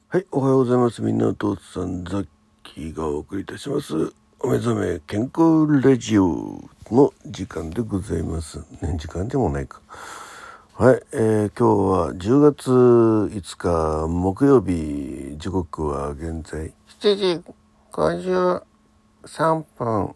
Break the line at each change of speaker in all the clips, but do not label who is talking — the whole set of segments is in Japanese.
はい、おはようございます。みんなお父さんザッキーがお送りいたします。お目覚め健康ラジオの時間でございます。ね、時間でもないか。はい、今日は10月5日木曜日、時刻は現在7時53分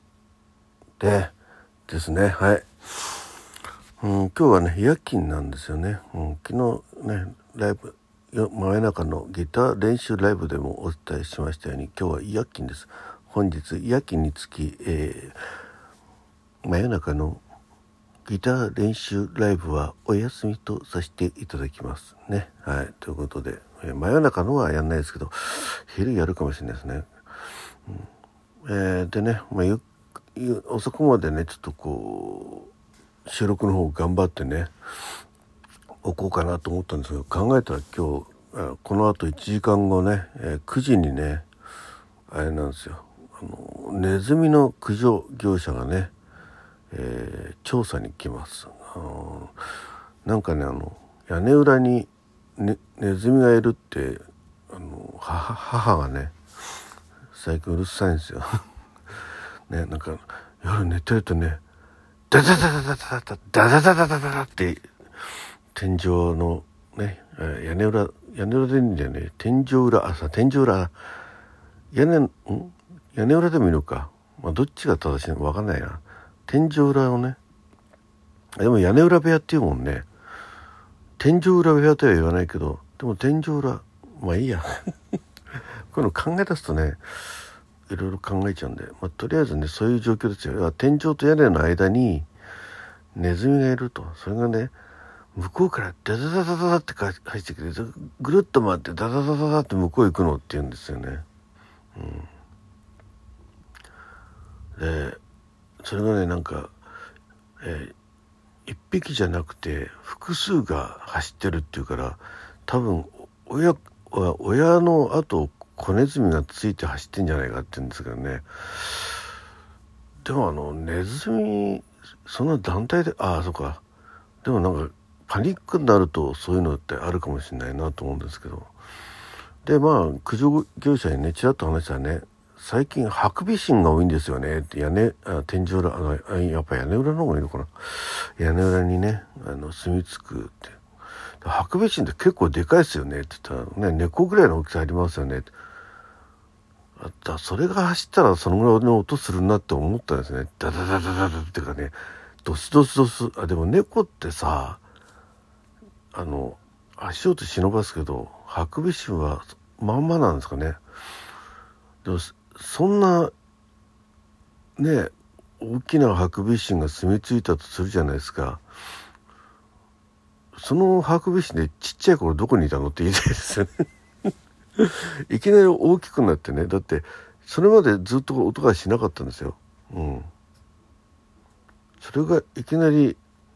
ですね。はい。今日はね、夜勤なんですよね。昨日ね、ライブ、真夜中のギター練習ライブでもお伝えしましたように、今日は夜勤です。本日夜勤につき、真夜中のギター練習ライブはお休みとさせていただきますね。はい、ということで、真夜中のはやんないですけど、昼やるかもしれないですね。でね、遅くまでね、ちょっとこう収録の方頑張ってね置こうかなと思ったんですけど、考えたら今日この後1時間後ね、9時にねあれなんですよ、ネズミの駆除業者がね、調査に来ます。なんかね、屋根裏に、ネズミがいるって母がね最近うるさいんですよね、なんか夜寝てるとね、ダダダダダダダダダダダダダダって天井のね、屋根裏でいいんだよね。天井裏屋根裏でもいいのか、どっちが正しいのか分かんないな。天井裏をね、でも屋根裏部屋っていうもんね。天井裏部屋とは言わないけど、でも天井裏、まあいいやこういうの考え出すとね、いろいろ考えちゃうんで、とりあえずね、そういう状況ですよ。天井と屋根の間にネズミがいると。それがね、向こうからダダダダダダって入ってきて、ぐるっと回ってダダダダダって向こう行くのって言うんですよね。で、それがね、なんか、一匹じゃなくて複数が走ってるっていうから、多分親の後を子ネズミがついて走ってんじゃないかって言うんですけどね。でもネズミそんな団体で、そうか、でもなんかパニックになるとそういうのってあるかもしれないなと思うんですけど、で駆除業者にねちらっと話したらね、最近ハクビシンが多いんですよねって。天井裏、やっぱ屋根裏の方がいいのかな、屋根裏にね住み着くって。ハクビシンって結構でかいですよねって言ったらね、猫ぐらいの大きさありますよねって。それが走ったらそのぐらいの音するなって思ったんですね。ダダダダダダっていうかね、ドスドスドス。でも猫ってさ、足音忍ばすけど、ハクビシンはまんまなんですかね。でもそんなね、大きなハクビシンが住み着いたとするじゃないですか。そのハクビシンでちっちゃい頃どこにいたのって言いたいですよねいきなり大きくなってね、だってそれまでずっと音がしなかったんですよ。それがいきなり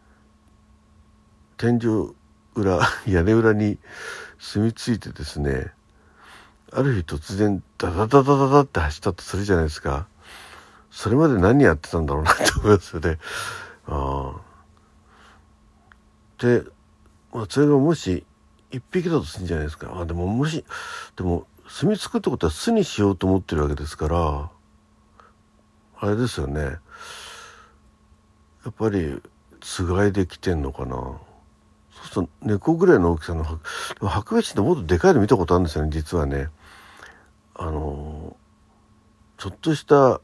天井裏屋根裏に住み着いてですね、ある日突然ダダダダダダって走ったとするじゃないですか。それまで何やってたんだろうなって思いますよね。で、それがもし一匹だとするんじゃないですか。でも住み着くってことは巣にしようと思ってるわけですから、あれですよね、やっぱりつがいできてんのかな。そうすると猫ぐらいの大きさのハクビシンってもっとでかいの見たことあるんですよね、実はね。ちょっとした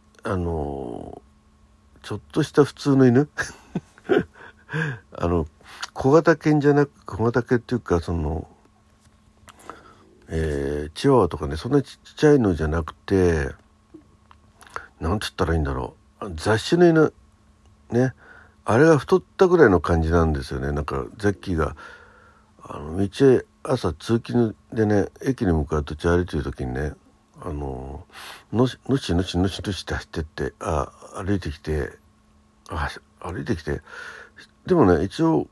普通の犬小型犬っていうか、チワワとかね、そんなちっちゃいのじゃなくて、なんつったらいいんだろう、雑種の犬ね、あれが太ったぐらいの感じなんですよね。なんかザッキーが道へ朝通勤でね、駅に向かう途中歩いてる時にね、のしって走ってって歩いてきて、でもね、一応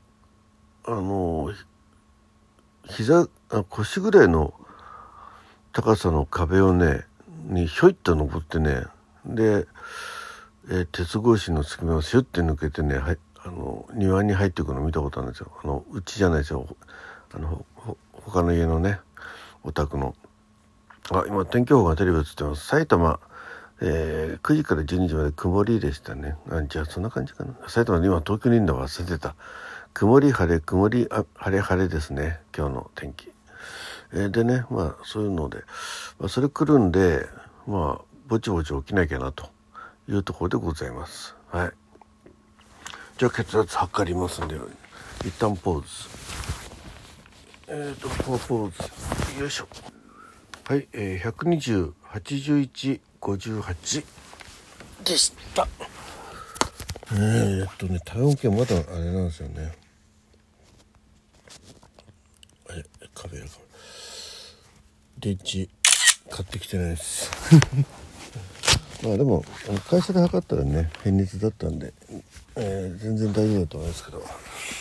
腰ぐらいの高さの壁をねにひょいっと登ってね、で、鉄格子の隙間をシュッて抜けてね、庭に入っていくのを見たことあるんですよ。うちじゃないですよ、他の家のねお宅の。今天気予報がテレビ映ってます。埼玉、9時から12時まで曇りでしたね。じゃあそんな感じかな。埼玉で今東京にいるの忘れてた。曇り晴れ曇り晴れ晴れですね、今日の天気。でね、そういうので、それ来るんで、ぼちぼち起きなきゃなというところでございます。はい。じゃあ血圧測りますんで、一旦ポーズ。ポーズ。よいしょ。はい、120、81、58でした。体温計まだあれなんですよね。壁電池買ってきてないですでも会社で測ったらね偏熱だったんで、全然大丈夫だと思いますけど、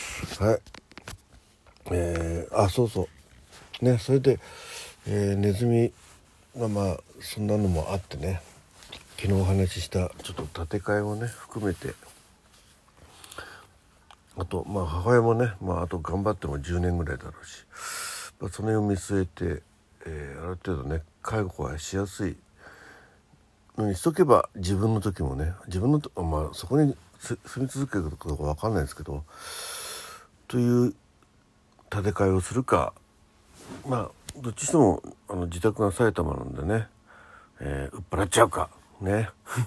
はい。そうそうね、それで、ネズミがそんなのもあってね、昨日お話ししたちょっと建て替えをね含めて、あと母親もね、あと頑張っても10年ぐらいだろうし、その辺を見据えて、ある程度ね介護がしやすいのにしとけば、自分の時もね、そこに住み続けるかどうか分かんないですけど、という建て替えをするか、どっちしても自宅が埼玉なんでね、売っ払っちゃうかね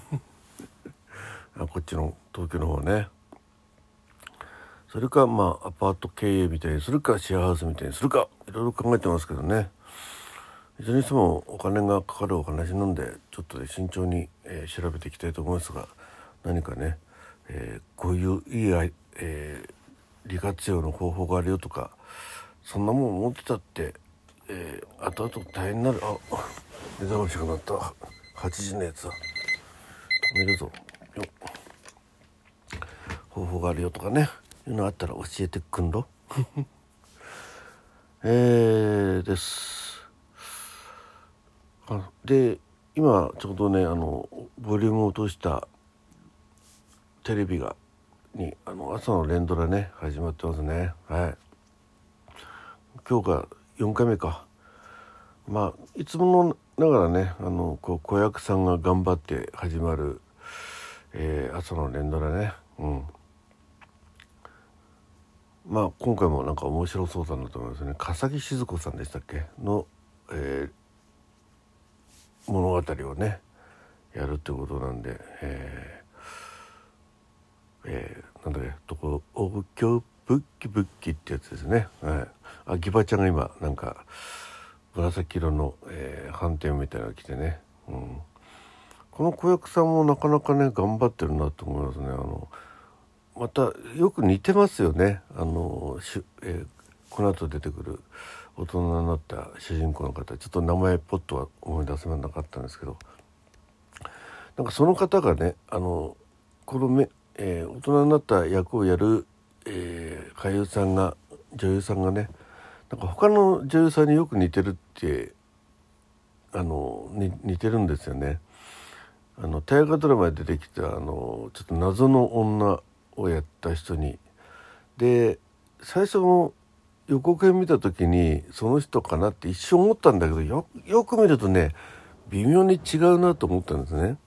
こっちの東京の方ね、それかアパート経営みたいにするか、シェアハウスみたいにするか、いろいろ考えてますけどね。いずれにしてもお金がかかるお話なんで、ちょっとで慎重に、調べていきたいと思いますが、何かね、こういういい、利活用の方法があるよとか、そんなもん持ってたって、後々大変になる。目覚ましが鳴った。8時のやつは止めるぞよ。方法があるよとかね、いうのあったら教えてくんろです。で今ちょうどねボリュームを落としたテレビに朝の連ドラね始まってますね。はい。今日が4回目か。いつものながらね子役さんが頑張って始まる、朝の連ドラね。今回もなんか面白そうだなと思いますね。笠木静子さんでしたっけの、物語をねやるってことなんで、なんだっけ、お経ブッキブッキってやつですね。はい。ギバちゃんが今なんか紫色の、斑点みたいなの着てね、この子役さんもなかなかね頑張ってるなと思いますね。またよく似てますよね。この後出てくる大人になった主人公の方、ちょっと名前ポッとは思い出せなかったんですけど、なんかその方がねこの大人になった役をやる、女優さんがね、なんか他の女優さんによく似てるって似てるんですよね。大河ドラマで出てきたちょっと謎の女をやった人に、で最初の予告編見た時にその人かなって一瞬思ったんだけど、よく見るとね微妙に違うなと思ったんですね。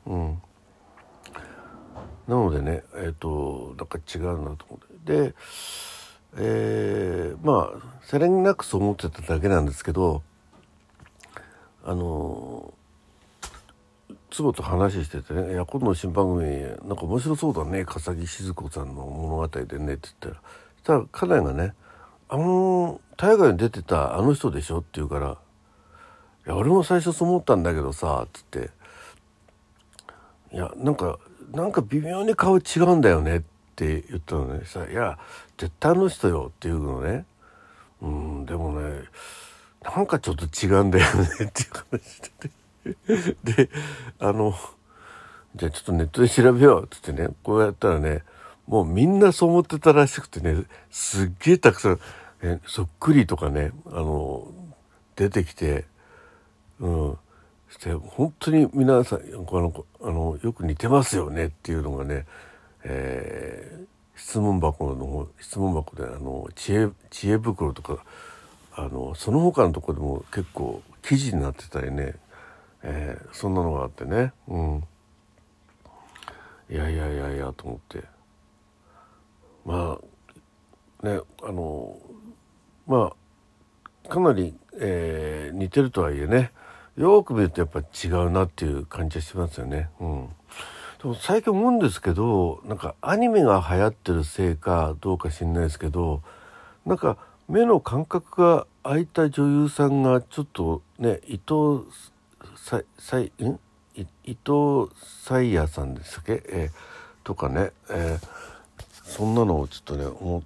なのでねなんか違うなと思って、でさりげなくそう思ってただけなんですけど、妻と話しててね、今度の新番組なんか面白そうだね、笠木静子さんの物語でねって言ったら、家内がね、大河に出てたあの人でしょって言うから、いや俺も最初そう思ったんだけどさつって、いやなんか微妙に顔違うんだよねって言ったのね。いや絶対あの人よっていうのね。でもねなんかちょっと違うんだよねっていう話しててでじゃあちょっとネットで調べようって言ってね、こうやったらね、もうみんなそう思ってたらしくてね、すっげえたくさん、そっくりとかね出てきて、して本当に皆さんよく似てますよねっていうのがね、質問箱で知恵袋とかその他のところでも結構記事になってたりね、そんなのがあってね、いやと思って、まあね、まあかなり、似てるとはいえね、よく見るとやっぱ違うなっていう感じがしますよね。でも最近思うんですけど、なんかアニメが流行ってるせいかどうか知んないですけど、なんか目の感覚が空いた女優さんがちょっとね、伊藤沙耶さんですっけ、とかね、そんなのをちょっとね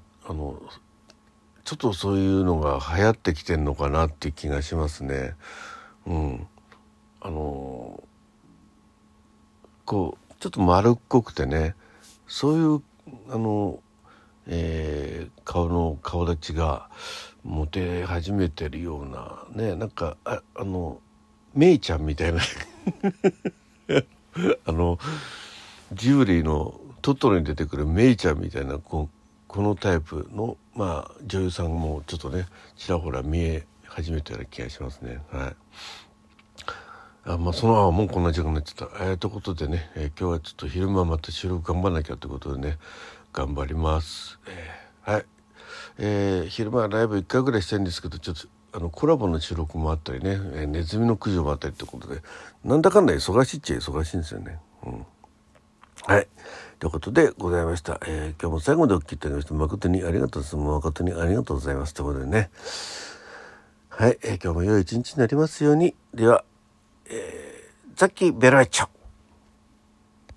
ちょっとそういうのが流行ってきてんのかなっていう気がしますね。こうちょっと丸っこくてね、そういう顔立ちがモテ始めてるようなね、なんかメイちゃんみたいなジブリのトトロに出てくるメイちゃんみたいなこのタイプの、女優さんもちょっとねちらほら見え始めたような気がしますね。もうこんな時間になっちゃった。ということでね、今日はちょっと昼間また収録頑張らなきゃということでね、頑張ります。昼間ライブ1回ぐらいしたいんですけど、ちょっとコラボの収録もあったりね、ネズミの駆除もあったりということで、なんだかんだ忙しいっちゃ忙しいんですよね。ということでございました。今日も最後までお聞きいただきまして誠にありがとうございます。誠にありがとうございます。ということでね、今日も良い一日になりますように。では、ザッキーベロエッチョ。